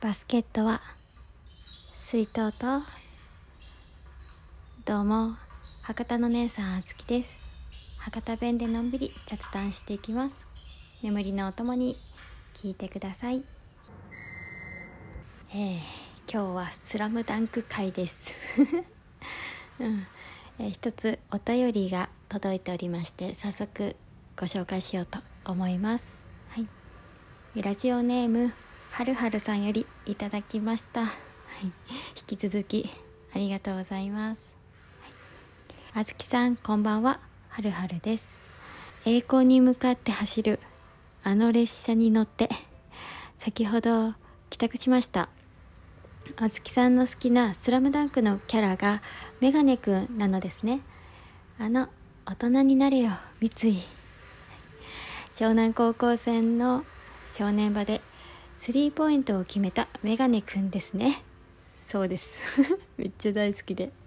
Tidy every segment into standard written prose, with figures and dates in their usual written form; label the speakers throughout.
Speaker 1: バスケットは水筒と、どうも博多の姉さんあずきです。博多弁でのんびり雑談していきます。眠りのおともに聞いてください。今日はスラムダンク会です、一つお便りが届いておりまして、早速ご紹介しようと思います。ラジオネームはるはるさんよりいただきました。引き続きありがとうございます。あずきさんこんばんは、はるはるです。栄光に向かって走るあの列車に乗って先ほど帰宅しました。あずきさんの好きなスラムダンクのキャラがメガネくんなのですね。大人になれよ三井。湘南高校戦の正念場でスリーポイントを決めたメガネくんですね。そうですめっちゃ大好きで、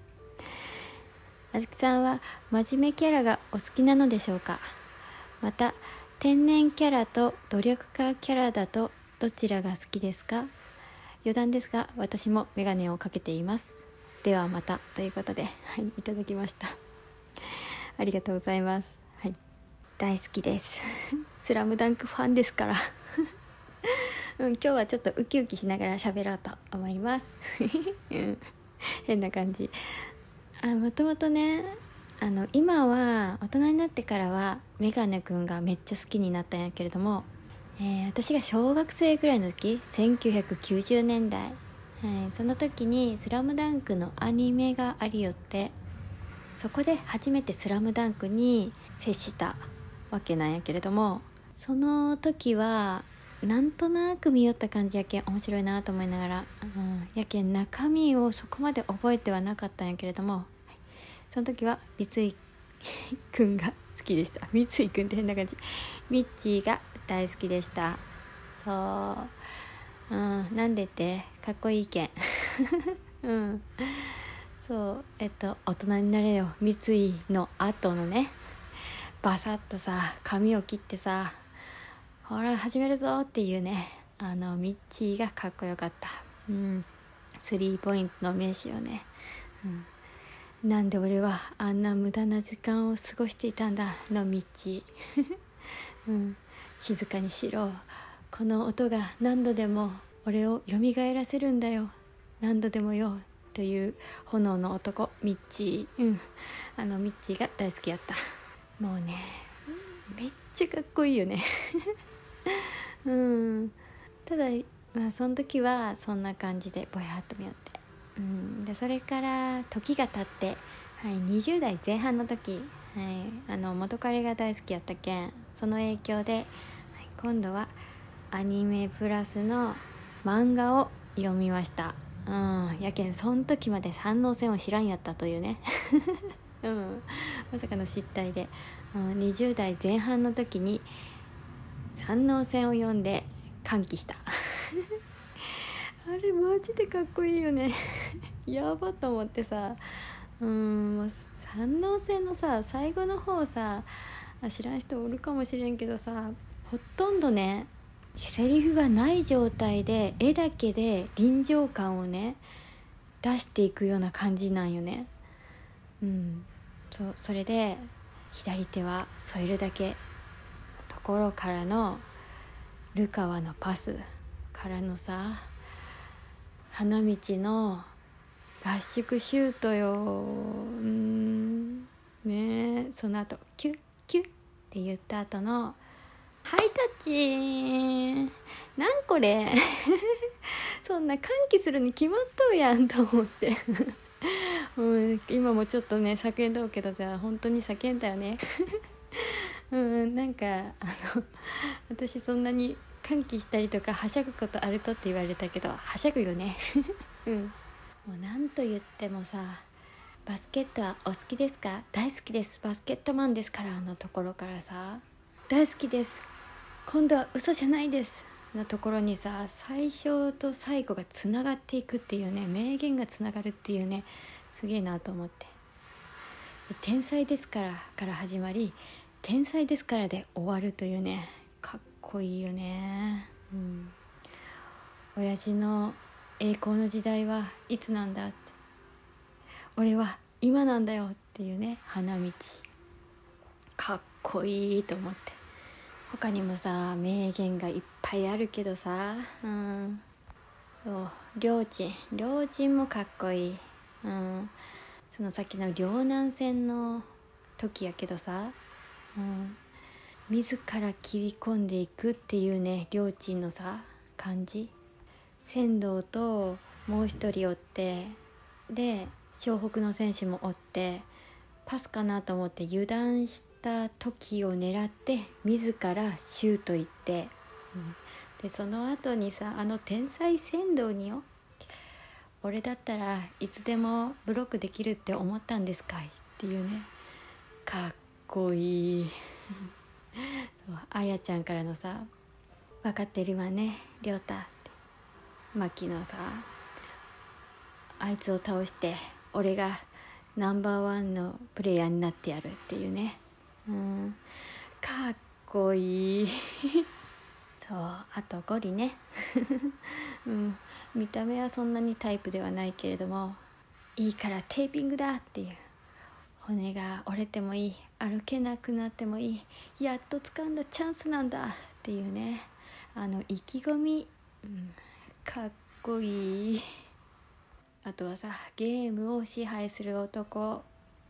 Speaker 1: あずきさんは真面目キャラがお好きなのでしょうか。また天然キャラと努力家キャラだとどちらが好きですか。余談ですが私もメガネをかけています。ではまたということで、いただきましたありがとうございます。大好きですスラムダンクファンですから今日はちょっとウキウキしながら喋ろうと思います変な感じ。もともとね、今は大人になってからはメガネくんがめっちゃ好きになったんやけれども、私が小学生ぐらいの時、1990年代、その時にスラムダンクのアニメがありよって、そこで初めてスラムダンクに接したわけなんやけれども、その時はなんとなく見よった感じやけん面白いなと思いながら、やけん中身をそこまで覚えてはなかったんやけれども、その時は三井くんが好きでした。三井くんって変な感じ、ミッチーが大好きでした。そう、なんでってかっこいいけんそう、大人になれよ三井の後のね、バサッとさ髪を切ってさ、ほら始めるぞっていうね、ミッチーがかっこよかった。スリーポイントの名手よね。なんで俺はあんな無駄な時間を過ごしていたんだのミッチー、静かにしろ、この音が何度でも俺を蘇らせるんだよ、何度でもよという炎の男ミッチー。ミッチーが大好きやった。もうね、めっちゃかっこいいよねただその時はそんな感じでぼやっと見よって、でそれから時が経って、20代前半の時、元彼が大好きやったけん、その影響で、今度はアニメプラスの漫画を読みました。やけんその時まで三能線を知らんやったというねまさかの失態で、20代前半の時に三能線を読んで歓喜したあれマジでかっこいいよねやばと思ってさ、もう三能線のさ最後の方さ、知らん人おるかもしれんけどさ、ほとんどねセリフがない状態で絵だけで臨場感をね出していくような感じなんよね。それで左手は添えるだけところからのルカワのパスからのさ、花道の合宿シュートよ。その後キュッキュッって言った後のハイタッチ、なんこれそんな歓喜するに決まっとうやんと思って今もちょっとね叫んどうけどさ、本当に叫んだよねなんか私そんなに歓喜したりとかはしゃぐことあるとって言われたけど、はしゃぐよねもうなんと言ってもさ、バスケットはお好きですか、大好きです、バスケットマンですからのところからさ、大好きです、今度は嘘じゃないですのところにさ、最初と最後がつながっていくっていうね、名言がつながるっていうね、すげえなと思って、天才ですから始まり、天才ですからで終わるというね、かっこいいよね。 親父の栄光の時代はいつなんだって、俺は今なんだよっていうね、花道かっこいいと思って。他にもさ名言がいっぱいあるけどさ、そう両親もかっこいい、その先の両南戦の時やけどさ、自ら切り込んでいくっていうね、両親のさ感じ。仙道ともう一人追って、で湘北の選手も追って、パスかなと思って油断した時を狙って自らシュート行って、でその後にさ、天才仙道によ、俺だったらいつでもブロックできるって思ったんですかいっていうね、かっこいいそうあやちゃんからのさ、分かってるわねりょうたって、牧野さ、あいつを倒して俺がナンバーワンのプレイヤーになってやるっていうね、かっこいいそう、あとゴリね見た目はそんなにタイプではないけれども、いいからテーピングだっていう、骨が折れてもいい、歩けなくなってもいい、やっと掴んだチャンスなんだっていうね、意気込み、かっこいい。あとはさ、ゲームを支配する男、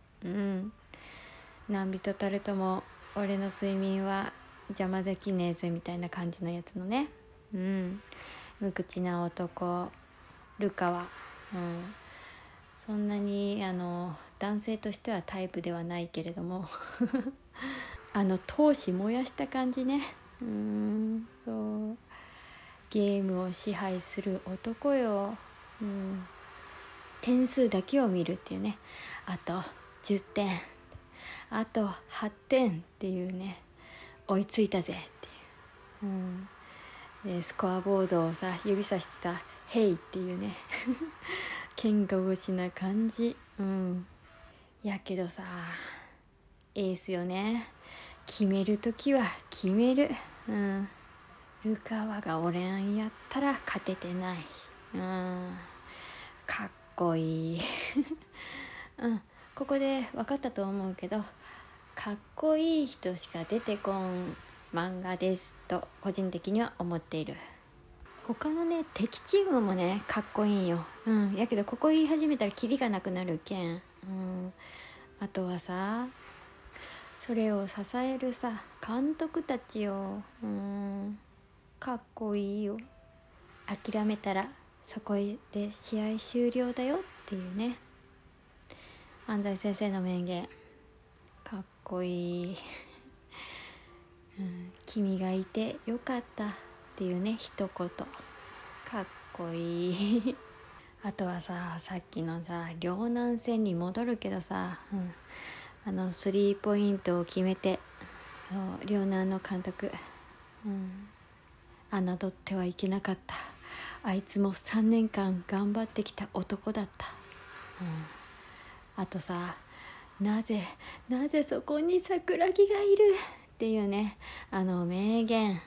Speaker 1: 何人たるとも俺の睡眠は邪魔できねえぜみたいな感じのやつのね、無口な男ルカは、そんなに男性としてはタイプではないけれども闘志燃やした感じね、そうゲームを支配する男よ、点数だけを見るっていうね、あと10点あと8点っていうね、追いついたぜっていう、でスコアボードをさ指さしてたヘイっていうね喧嘩腰な感じ、やけどさエースよね、決めるときは決める、ルカワがおれんやったら勝ててない、かっこいいここで分かったと思うけど、かっこいい人しか出てこん漫画ですと個人的には思っている。他のね敵チームもねかっこいいんよ、やけどここ言い始めたらキリがなくなるけん、あとはさ、それを支えるさ監督たちよ、かっこいいよ。諦めたらそこで試合終了だよっていうね、安西先生の名言かっこいい、君がいてよかったっていうね一言かっこいいあとはさ、さっきのさ両南戦に戻るけどさ、スリーポイントを決めて、両南の監督、侮ってはいけなかった、あいつも3年間頑張ってきた男だった、あとさ、なぜそこに桜木がいるっていうね、名言、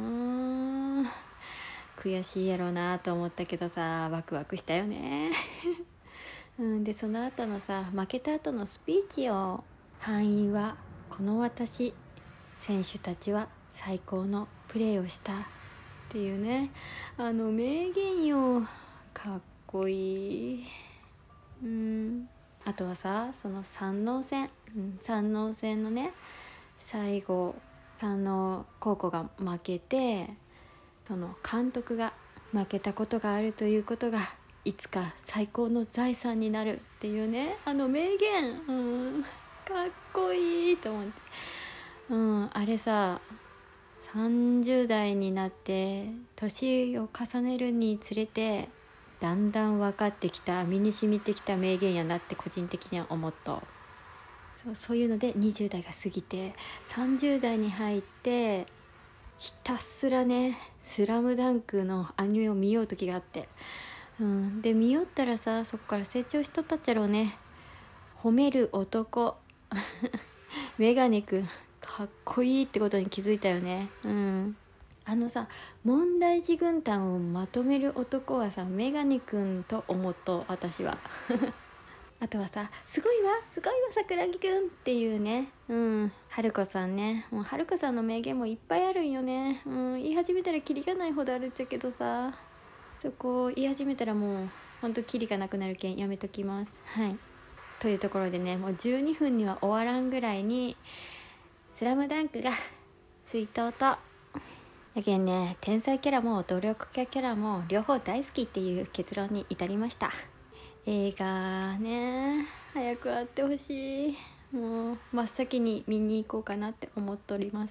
Speaker 1: 悔しいやろうなと思ったけどさ、ワクワクしたよねでその後のさ、負けた後のスピーチを、敗因はこの私、選手たちは最高のプレーをしたっていうね、名言よ、かっこいい。あとはさ、その山王戦、山王戦のね最後、山王高校が負けて、その監督が負けたことがあるということがいつか最高の財産になるっていうね、名言、かっこいいと思って、あれさ、30代になって年を重ねるにつれてだんだん分かってきた、身に染みてきた名言やなって個人的には思った。そういうので20代が過ぎて30代に入って、ひたすらねスラムダンクのアニメを見よう時があって、で見よったらさ、そこから成長しとったっちゃろうね。褒める男メガネくんかっこいいってことに気づいたよね。 問題児軍団をまとめる男はさ、メガネくんと思っと私はあとはさ、すごいわ桜木くんっていうね、春子さんね。もう春子さんの名言もいっぱいあるんよね。言い始めたらキリがないほどあるっちゃけどさ、そこを言い始めたらもうほんとキリがなくなるけんやめときます。はい。というところでね、もう12分には終わらんぐらいにスラムダンクが水筒とやけんね、天才キャラも努力家キャラも両方大好きっていう結論に至りました。映画ね、早くあってほしい。もう真っ先に見に行こうかなって思っております。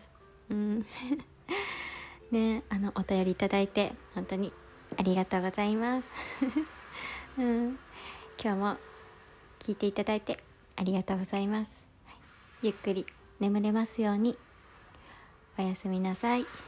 Speaker 1: ね、お便りいただいて本当にありがとうございます。今日も聞いていただいてありがとうございます。ゆっくり眠れますように。おやすみなさい。